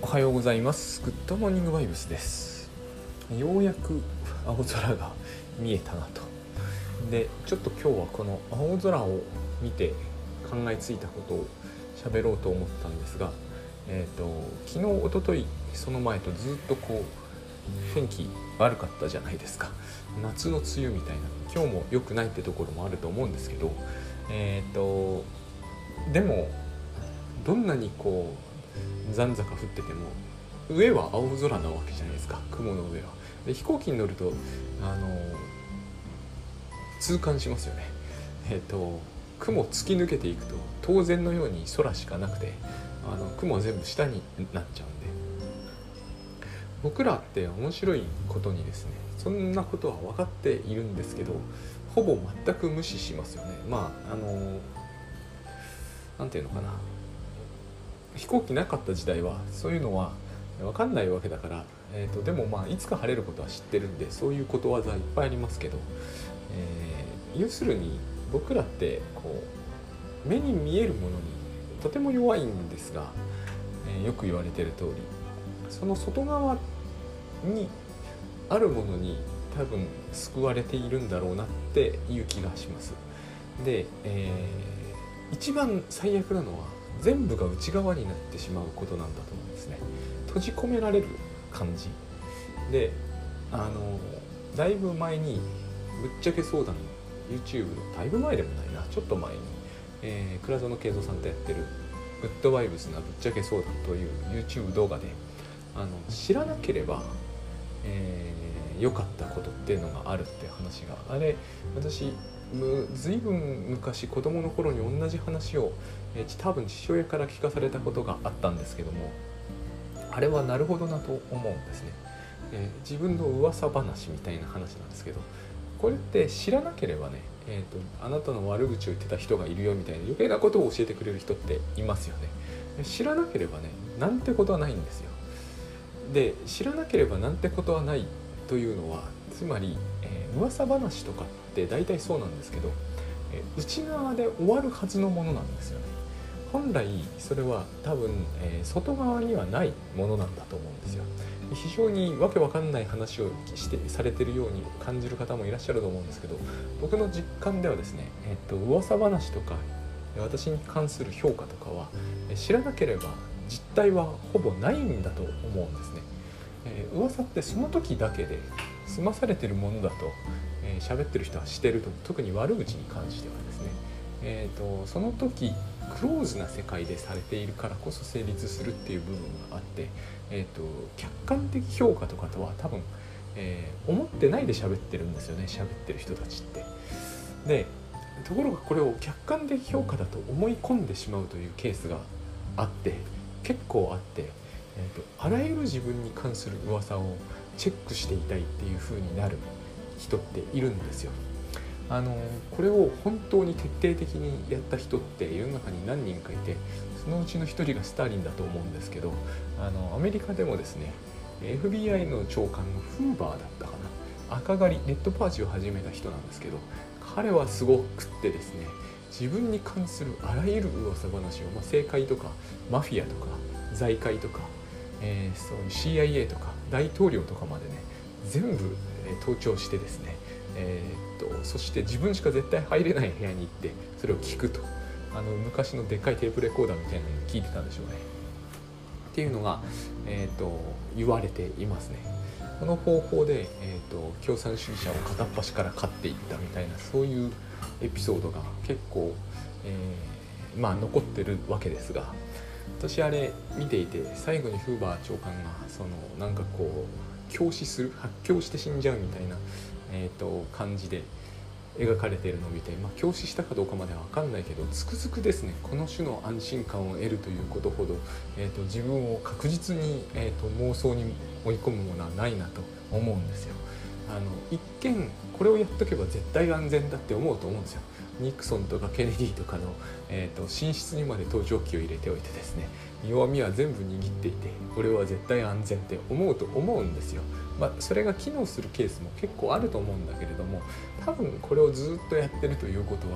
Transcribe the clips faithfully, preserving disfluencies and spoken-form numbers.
おはようございます。グッドモーニングバイブスです。ようやく青空が見えたなと。で、ちょっと今日はこの青空を見て考えついたことを喋ろうと思ったんですが、えーと、昨日、一昨日その前とずっとこう天気悪かったじゃないですか。夏の梅雨みたいな、今日も良くないってところもあると思うんですけど、えーとでもどんなにこう残坂降ってても上は青空なわけじゃないですか。雲の上はで飛行機に乗るとあの痛感しますよね。えっと雲突き抜けていくと当然のように空しかなくて、あの雲は全部下になっちゃうんで、僕らって面白いことにですね、そんなことは分かっているんですけど、ほぼ全く無視しますよね。まああのなんていうのかな、飛行機なかった時代はそういうのは分かんないわけだから、えーと、でもまあいつか晴れることは知ってるんで、そういうことわざいっぱいありますけど、えー、要するに僕らってこう目に見えるものにとても弱いんですが、えー、よく言われてる通り、その外側にあるものに多分救われているんだろうなっていう気がします。で、えー、一番最悪なのは全部が内側になってしまうことなんだと思うんですね。閉じ込められる感じで、あのだいぶ前にぶっちゃけ相談 YouTube のだいぶ前でもないなちょっと前に、えー、倉園慶三さんとやってるグッドバイブスなぶっちゃけ相談という YouTube 動画で、あの知らなければ良、えー、かったことっていうのがあるって話が、あれ私ずいぶん昔子供の頃に同じ話を、えー、多分父親から聞かされたことがあったんですけども、あれはなるほどなと思うんですね。えー、自分の噂話みたいな話なんですけど、これって知らなければね、えーと、あなたの悪口を言ってた人がいるよみたいな余計なことを教えてくれる人っていますよね。知らなければね、なんてことはないんですよ。で、知らなければなんてことはないというのは、つまり、えー、噂話とかって大体そうなんですけど、えー、内側で終わるはずのものなんですよね。本来それは多分、えー、外側にはないものなんだと思うんですよ。非常にわけわかんない話をしてされてるように感じる方もいらっしゃると思うんですけど、僕の実感ではですね、えっと噂話とか私に関する評価とかは知らなければ実態はほぼないんだと思うんですね。えー、噂ってその時だけで済まされてるものだと、えー、喋ってる人はしてると、特に悪口に関してはですね、えーと、その時クローズな世界でされているからこそ成立するっていう部分があって、えーと、客観的評価とかとは多分、えー、思ってないで喋ってるんですよね、喋ってる人たちって。で、ところがこれを客観的評価だと思い込んでしまうというケースがあって、結構あって、えーと、あらゆる自分に関する噂をチェックしていたいっていう風になる人っているんですよ。あのこれを本当に徹底的にやった人って世の中に何人かいて、そのうちの一人がスターリンだと思うんですけど、あのアメリカでもですね エフビーアイ の長官のフーバーだったかな、赤狩りレッドパーチを始めた人なんですけど、彼はすごくってですね、自分に関するあらゆる噂話を、まあ、政界とかマフィアとか財界とか、えー、そういう シーアイエー とか大統領とかまでね、全部、えー、盗聴してですね、えー、っとそして自分しか絶対入れない部屋に行ってそれを聞くと、あの昔のでっかいテープレコーダーみたいなのを聞いてたんでしょうねっていうのが、えー、っと言われていますね。この方法で、えー、と共産主義者を片っ端から勝っていったみたいな、そういうエピソードが結構、えー、まあ残ってるわけですが、私あれ見ていて、最後にフーバー長官がそのなんかこう狂死する、発狂して死んじゃうみたいな、えー、と感じで描かれているのを見て、まあ、狂死したかどうかまでは分かんないけど、つくづくですね、この種の安心感を得るということほど、えー、と自分を確実に、えー、と妄想に追い込むものはないなと思うんですよ。あの一見これをやっとけば絶対安全だって思うと思うんですよ。ニクソンとかケネディとかの、えー、と寝室にまで盗聴器を入れておいてですね、弱みは全部握っていて、これは絶対安全って思うと思うんですよ。まあ、それが機能するケースも結構あると思うんだけれども、多分これをずっとやってるということは、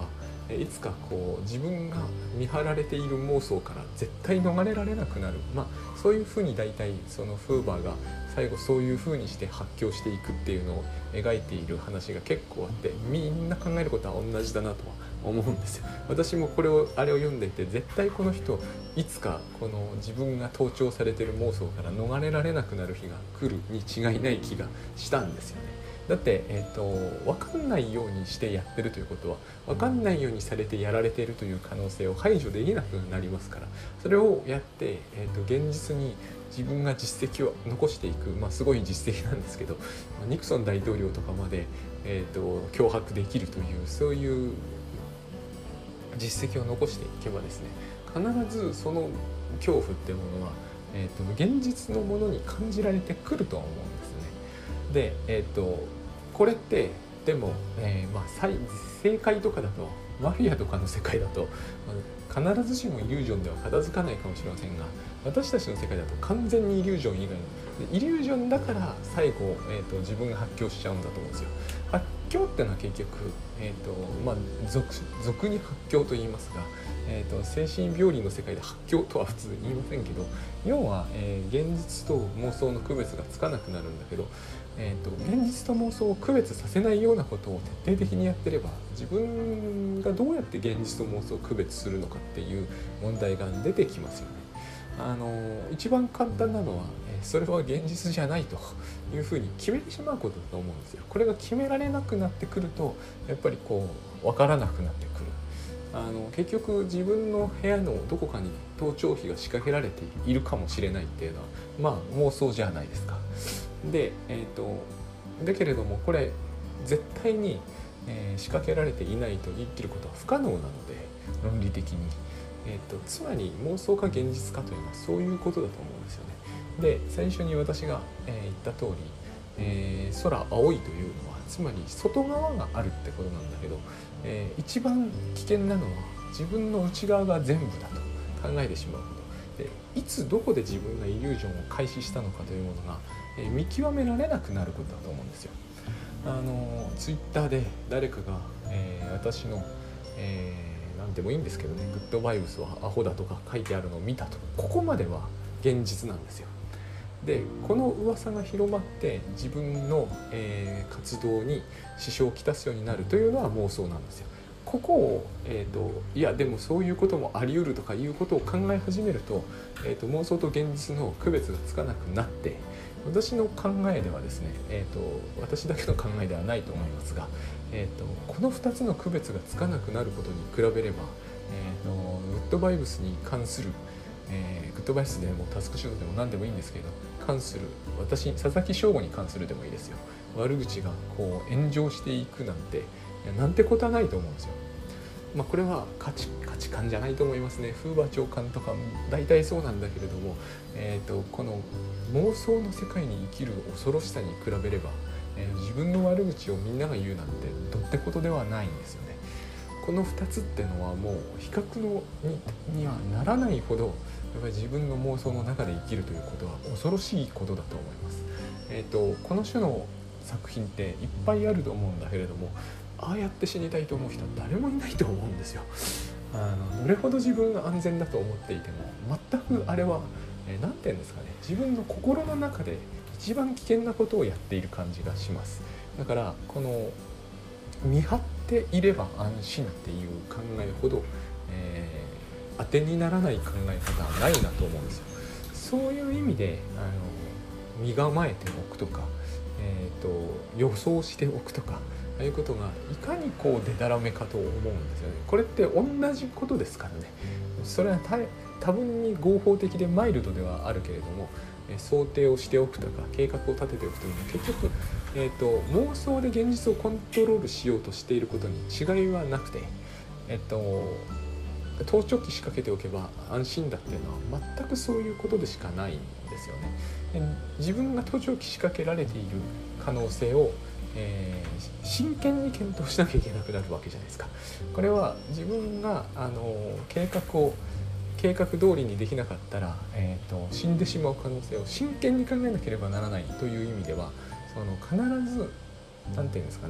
いつかこう自分が見張られている妄想から絶対逃れられなくなる、まあそういうふうに大体そのフーバーが最後そういうふうにして発狂していくっていうのを描いている話が結構あって、みんな考えることは同じだなとは思うんですよ。私もこれをあれを読んでいて、絶対この人いつかこの自分が盗聴されている妄想から逃れられなくなる日が来るに違いない気がしたんですよね。だって、えーと、分かんないようにしてやってるということは、分かんないようにされてやられているという可能性を排除できなくなりますから、それをやって、えーと、現実に自分が実績を残していく、まあ、すごい実績なんですけど、ニクソン大統領とかまで、えーと、脅迫できるというそういう実績を残していけばですね、必ずその恐怖っていうものは、えーと、現実のものに感じられてくるとは思うんですね。で、えーとこれってでも、えーまあ、正解とかだとマフィアとかの世界だと必ずしもイリュージョンでは片付かないかもしれませんが、私たちの世界だと完全にイリュージョン以外のイリュージョンだから最後、えーと、自分が発狂しちゃうんだと思うんですよ。発狂ってのは結局、えーとまあ、俗, 俗に発狂と言いますが、えーと、精神病理の世界で発狂とは普通言いませんけど、要は、えー、現実と妄想の区別がつかなくなるんだけど、えーと、現実と妄想を区別させないようなことを徹底的にやってれば、自分がどうやって現実と妄想を区別するのかっていう問題が出てきますよね。あの一番簡単なのは、えー、それは現実じゃないというふうに決めてしまうことだと思うんですよ。これが決められなくなってくると、やっぱりこう分からなくなってくる。あの結局自分の部屋のどこかに盗聴器が仕掛けられているかもしれないっていうのは、まあ妄想じゃないですか。で、えーと、だけれどもこれ絶対に、えー、仕掛けられていないと言い切ることは不可能なので、論理的に、えーと、つまり妄想か現実かというのはそういうことだと思うんですよね。で、最初に私が、えー、言った通り、えー、空青いというのはつまり外側があるってことなんだけど、えー、一番危険なのは自分の内側が全部だと考えてしまうことで、いつどこで自分がイリュージョンを開始したのかというものが、えー、見極められなくなることだと思うんですよ。あのツイッターで誰かが、えー、私の、えー、なんでもいいんですけどね、グッドバイブスはアホだとか書いてあるのを見たと、ここまでは現実なんですよ。で、この噂が広まって自分の、えー、活動に支障をきたすようになるというのは妄想なんですよ。ここを、えーと、いやでもそういうこともあり得るとかいうことを考え始めると、えーと、妄想と現実の区別がつかなくなって、私の考えではですね、えーと、私だけの考えではないと思いますが、えーと、このふたつの区別がつかなくなることに比べれば、えーと、グッドバイブスに関するえー、グッドバイスでもタスクシュートでも何でもいいんですけど、関する私佐々木翔吾に関するでもいいですよ、悪口がこう炎上していくなんていやなんてことはないと思うんですよ。まあこれは価値、価値観じゃないと思いますね。フーバー長官とか大体そうなんだけれども、えーと、この妄想の世界に生きる恐ろしさに比べれば、えー、自分の悪口をみんなが言うなんてどってことではないんですよね。このふたつってのはもう比較の に, にはならないほど、やっぱり自分の妄想の中で生きるということは恐ろしいことだと思います。えーと、この種の作品っていっぱいあると思うんだけれども、ああやって死にたいと思う人は誰もいないと思うんですよ。あのどれほど自分が安全だと思っていても、全くあれは、えー、なんて言うんですかね、自分の心の中で一番危険なことをやっている感じがします。だからこの見張っていれば安心っていう考えほど、えー、当てにならない考え方はないなと思うんですよ。そういう意味であの身構えておくとか、えー、と予想しておくとか、ああいうことがいかにこうデタラメかと思うんですよね。これって同じことですからね。それは多分に合法的でマイルドではあるけれども、想定をしておくとか計画を立てておくというのは結局、えーと、妄想で現実をコントロールしようとしていることに違いはなくて、えっと盗聴器仕掛けておけば安心だっていうのは全くそういうことでしかないんですよね。で、自分が盗聴器仕掛けられている可能性を、えー、真剣に検討しなきゃいけなくなるわけじゃないですか。これは自分があの計画を計画通りにできなかったら、えーと、死んでしまう可能性を真剣に考えなければならないという意味では、その必ずなんていうんですかね、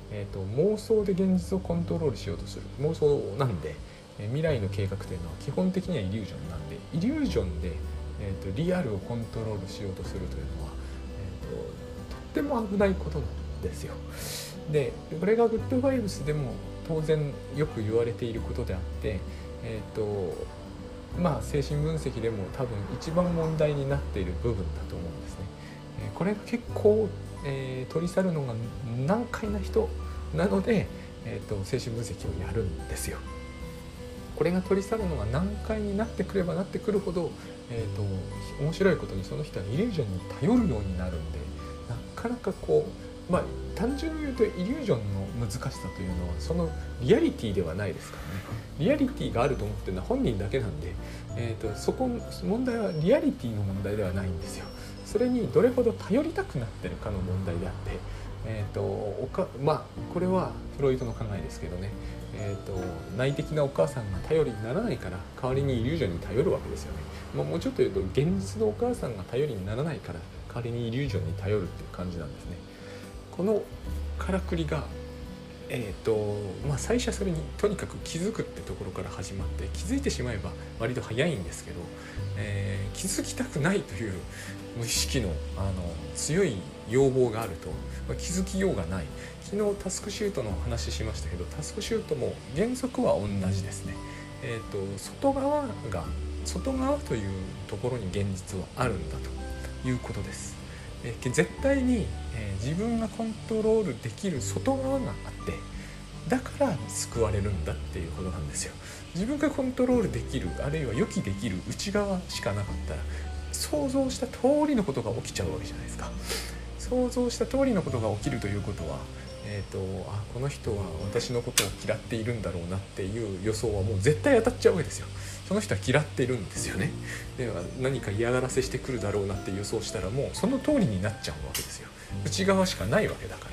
えーと、妄想で現実をコントロールしようとする。妄想なんで、えー、未来の計画というのは基本的にはイリュージョンなんで、イリュージョンで、えーと、リアルをコントロールしようとするというのは、えーと、とっても危ないことなんですよ。でこれがグッドバイブスでも当然よく言われていることであって、えーとまあ、精神分析でも多分一番問題になっている部分だと思うんですね。えー、これが結構、えー、取り去るのが難解な人なので、えーと、精神分析をやるんですよ。これが取り去るのが難解になってくればなってくるほど、えーと、面白いことにその人はイリュージョンに頼るようになるんで、なかなかこうまあ単純に言うとイリュージョンの難しさというのはそのリアリティではないですからね。リアリティがあると思ってるのは本人だけなんで、えーと、そこ問題はリアリティの問題ではないんですよ。それにどれほど頼りたくなってるかの問題であって、えーとおかまあこれはフロイトの考えですけどね、えーと内的なお母さんが頼りにならないから代わりにイリュージョンに頼るわけですよね。まあ、もうちょっと言うと現実のお母さんが頼りにならないから代わりにイリュージョンに頼るっていう感じなんですね。このからくりが、えーとまあ、最初はそれにとにかく気づくってところから始まって、気づいてしまえば割と早いんですけど、えー、気づきたくないという無意識の、あの強い要望があると、まあ、気づきようがない。昨日タスクシュートの話しましたけど、タスクシュートも原則は同じですね。えーと外側が外側というところに現実はあるんだということです。えー、絶対に、えー、自分がコントロールできる外側があって、だから救われるんだっていうことなんですよ。自分がコントロールできる、あるいは予期できる内側しかなかったら、想像した通りのことが起きちゃうわけじゃないですか。想像した通りのことが起きるということは、えーと、あこの人は私のことを嫌っているんだろうなっていう予想はもう絶対当たっちゃうわけですよ。その人は嫌っているんですよね。では何か嫌がらせしてくるだろうなって予想したら、もうその通りになっちゃうわけですよ。内側しかないわけだから。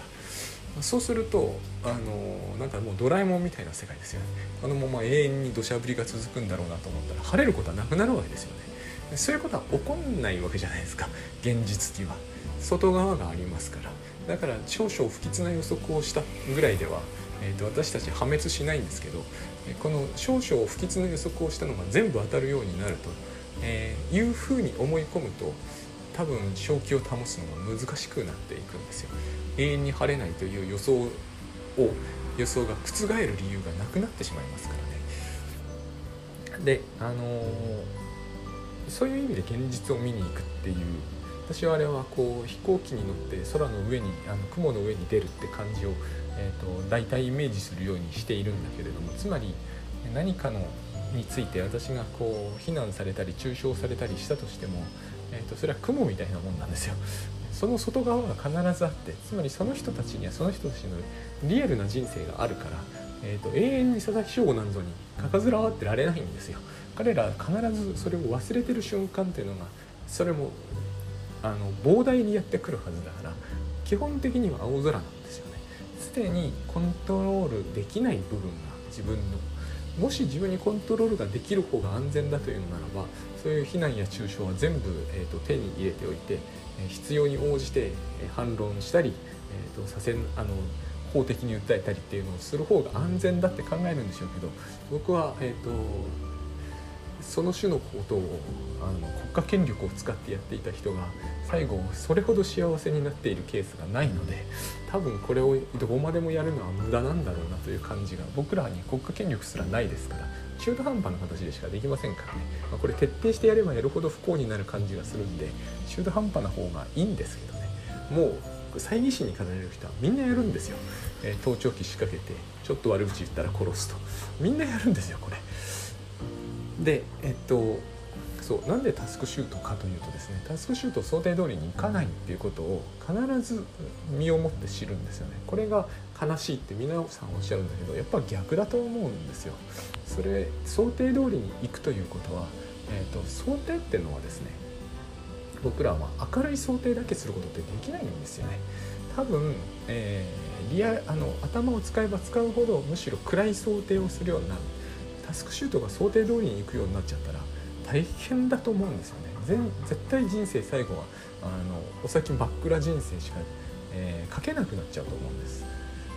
そうするとあのなんかもうドラえもんみたいな世界ですよね。このまま永遠に土砂降りが続くんだろうなと思ったら晴れることはなくなるわけですよね。そういうことは起こんないわけじゃないですか。現実には外側がありますから。だから少々不吉な予測をしたぐらいでは、えーと、私たち破滅しないんですけど、この少々不吉な予測をしたのが全部当たるようになると、えー、いうふうに思い込むと、多分正気を保つのが難しくなっていくんですよ。永遠に晴れないという予想を予想が覆る理由がなくなってしまいますからね。で、あのー、そういう意味で現実を見に行くっていう、私はあれはこう飛行機に乗って空の上にあの雲の上に出るって感じを、えーと、大体イメージするようにしているんだけれども、つまり何かのについて私がこう非難されたり中傷されたりしたとしても、えーと、それは雲みたいなもんなんですよ。その外側が必ずあって、つまりその人たちにはその人たちのリアルな人生があるから、えーと、永遠に佐々木翔吾なんぞにかかずらわってられないんですよ。彼ら必ずそれを忘れてる瞬間っていうのが、それもあの膨大にやってくるはずだから、基本的には青空なんですよね。すでにコントロールできない部分が自分の、もし自分にコントロールができる方が安全だというのならば、そういう非難や中傷は全部、えーと、手に入れておいて、必要に応じて反論したり、えーと、させあの法的に訴えたりっていうのをする方が安全だって考えるんでしょうけど、僕は、えーとその種のことをあの国家権力を使ってやっていた人が最後それほど幸せになっているケースがないので、多分これをどこまでもやるのは無駄なんだろうなという感じが、僕らに国家権力すらないですから、中途半端な形でしかできませんからね。まあ、これ徹底してやればやるほど不幸になる感じがするんで、中途半端な方がいいんですけどね。もう猜疑心に駆られる人はみんなやるんですよ。えー、盗聴器仕掛けてちょっと悪口言ったら殺すと、みんなやるんですよこれで。えっとそうなんでタスクシュートかというとですね、タスクシュート想定通りにいかないっていうことを必ず身をもって知るんですよね。これが悲しいって皆さんおっしゃるんだけど、やっぱ逆だと思うんですよ。それ想定通りにいくということは、えっと想定っていうのはですね、僕らは明るい想定だけすることってできないんですよね。多分、えー、リアあの頭を使えば使うほどむしろ暗い想定をするようになる。タスクシュートが想定通りにいくようになっちゃったら大変だと思うんですよね。全絶対人生最後はあのお先真っ暗人生しか、えー、書けなくなっちゃうと思うんです。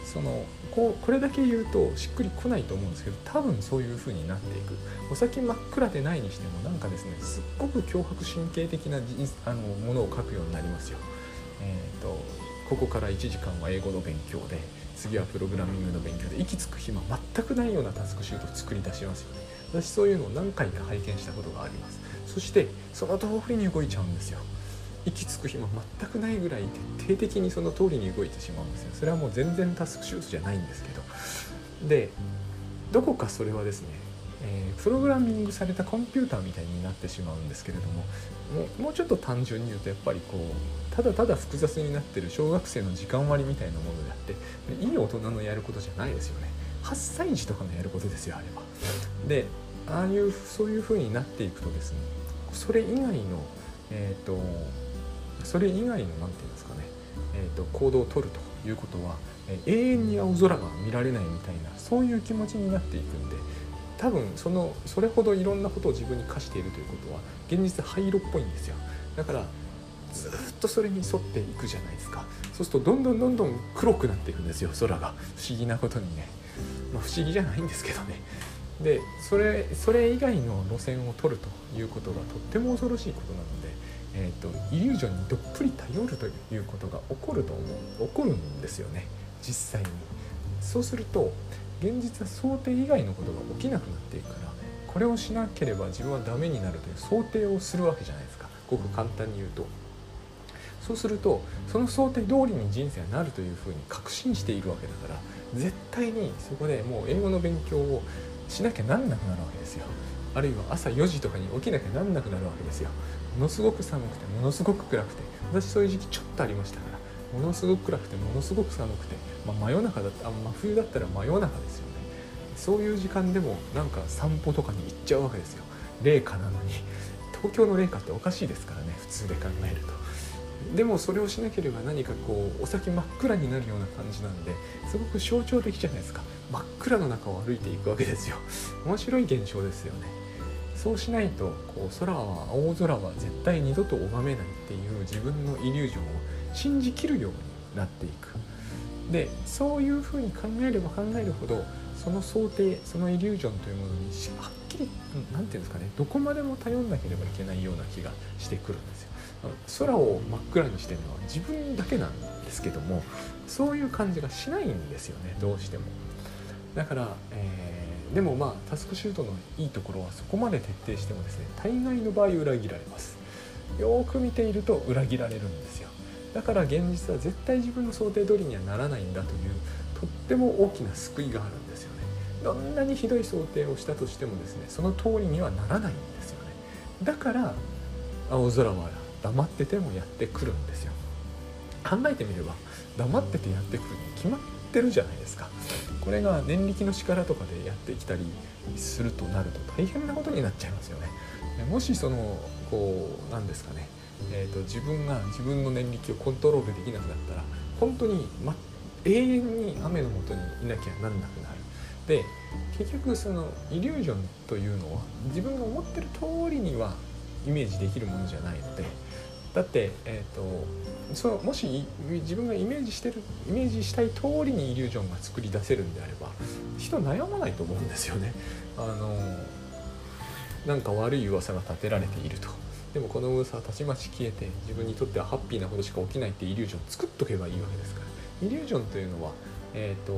そのこうこれだけ言うとしっくりこないと思うんですけど、多分そういう風になっていく。お先真っ暗でないにしてもなんかですね、すっごく強迫神経的なあのものを書くようになりますよ。えーとここからいちじかんは英語の勉強で、次はプログラミングの勉強で、息つく暇全くないようなタスクシュートを作り出しますよね。私そういうのを何回か拝見したことがあります。そしてその通りに動いちゃうんですよ。息つく暇全くないぐらい徹底的にその通りに動いてしまうんですよ。それはもう全然タスクシュートじゃないんですけど、でどこかそれはですね、えー、プログラミングされたコンピューターみたいになってしまうんですけれども、もう、もうちょっと単純に言うとやっぱりこうただただ複雑になってる小学生の時間割みたいなものであって、いい大人のやることじゃないですよね。はっさい児とかのやることですよ、あれは。でああいうそういう風になっていくとですね、それ以外のえっ、ー、とそれ以外のなんていうんですかね、えー、と行動を取るということは、えー、永遠に青空が見られないみたいな、そういう気持ちになっていくんで、多分そのそれほどいろんなことを自分に課しているということは現実灰色っぽいんですよ。だからずっとそれに沿っていくじゃないですか。そうするとどんどんどんどん黒くなっていくんですよ、空が。不思議なことにね、まあ、不思議じゃないんですけどね。でそれそれ以外の路線を取るということがとっても恐ろしいことなので、えーと、イリュージョンにどっぷり頼るということが起こると思う起こるんですよね、実際に。そうすると現実は想定以外のことが起きなくなっていくから、これをしなければ自分はダメになるという想定をするわけじゃないですか、ごく簡単に言うと。そうするとその想定通りに人生はなるというふうに確信しているわけだから、絶対にそこでもう英語の勉強をしなきゃなんなくなるわけですよ。あるいは朝よじとかに起きなきゃなんなくなるわけですよ。ものすごく寒くてものすごく暗くて、私そういう時期ちょっとありましたから、ものすごく暗くてものすごく寒くて、まあ、真夜中だったあ真冬だったら真夜中ですよね。そういう時間でもなんか散歩とかに行っちゃうわけですよ。冷夏なのに。東京の冷夏っておかしいですからね、普通で考えると。でもそれをしなければ何かこうお先真っ暗になるような感じなんで、すごく象徴的じゃないですか。真っ暗の中を歩いていくわけですよ。面白い現象ですよね。そうしないとこう空は青空は絶対二度と拝めないっていう自分のイリュージョンを信じきるようになっていく。でそういうふうに考えれば考えるほど、その想定そのイリュージョンというものにはっきりなんていうんですかね、どこまでも頼んなければいけないような気がしてくるんですよ。空を真っ暗にしてるのは自分だけなんですけども、そういう感じがしないんですよね、どうしても。だから、えー、でもまあタスクシュートのいいところはそこまで徹底してもですね、大概の場合裏切られます。よく見ていると裏切られるんですよ。だから現実は絶対自分の想定通りにはならないんだというとっても大きな救いがあるんですよね。どんなにひどい想定をしたとしてもですね、その通りにはならないんですよね。だから青空は黙っててもやってくるんですよ。考えてみれば黙っててやってくるに決まってるじゃないですか。これが念力の力とかでやってきたりするとなると大変なことになっちゃいますよね。もしそのこうなんですかね、えーと、自分が自分の念力をコントロールできなくなったら本当に、ま、永遠に雨の下にいなきゃなんなくなる。で結局そのイリュージョンというのは自分が思ってる通りにはイメージできるものじゃないので、だって、えーと、そのもし自分がイメージしてるイメージしたい通りにイリュージョンが作り出せるんであれば人悩まないと思うんですよね。あのなんか悪い噂が立てられていると。でもこの噂はたちまち消えて自分にとってはハッピーなことしか起きないってイリュージョンを作っとけばいいわけですから。イリュージョンというのは、えーと、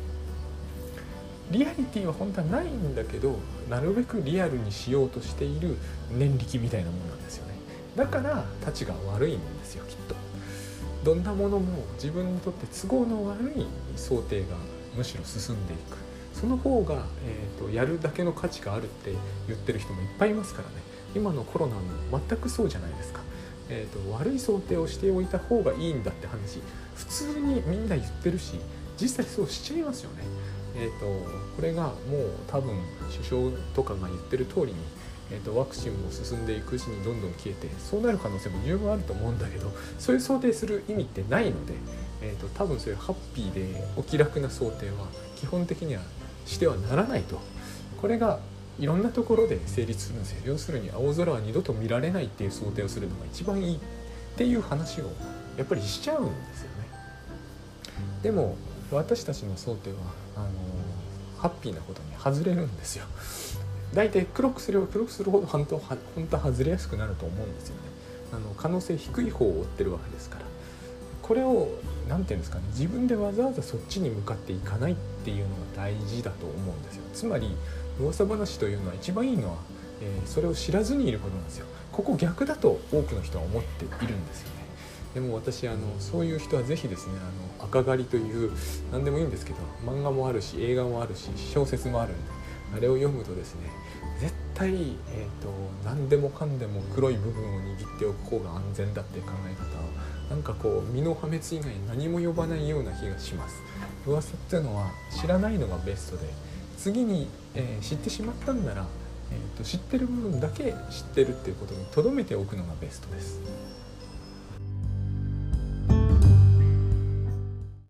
リアリティは本当はないんだけど、なるべくリアルにしようとしている念力みたいなものなんですよね。だからたちが悪いんですよ、きっと。どんなものも自分にとって都合の悪い想定がむしろ進んでいく。その方が、えーと、やるだけの価値があるって言ってる人もいっぱいいますからね。今のコロナも全くそうじゃないですか。えーと、悪い想定をしておいた方がいいんだって話普通にみんな言ってるし、実際そうしちゃいますよね。えーと、これがもう多分首相とかが言ってる通りに、えーと、ワクチンも進んでいくうちにどんどん消えて、そうなる可能性も十分あると思うんだけど、そういう想定する意味ってないので、えーと、多分そういうハッピーでお気楽な想定は基本的にはしてはならないと。これがいろんなところで成立するんですよ。要するに青空は二度と見られないっていう想定をするのが一番いいっていう話をやっぱりしちゃうんですよね。でも私たちの想定はあのハッピーなことに外れるんですよ。だいたい黒くすれば黒くするほど本当は本当は外れやすくなると思うんですよね。あの可能性低い方を追ってるわけですから、これを何て言うんですかね、自分でわざわざそっちに向かっていかないっていうのが大事だと思うんですよ。つまり噂話というのは一番いいのは、えー、それを知らずにいることなんですよ。ここ逆だと多くの人は思っているんですよね。でも私あのそういう人はぜひですね、あの赤狩りという何でもいいんですけど、漫画もあるし映画もあるし小説もあるんで、あれを読むとですね、絶対、えー、と何でもかんでも黒い部分を握っておく方が安全だっていう考え方はなんかこう身の破滅以外何も呼ばないような気がします。噂っていうのは知らないのがベストで、次に、えー、知ってしまったんなら、えー、と知ってる部分だけ知ってるっていうことに留めておくのがベストです。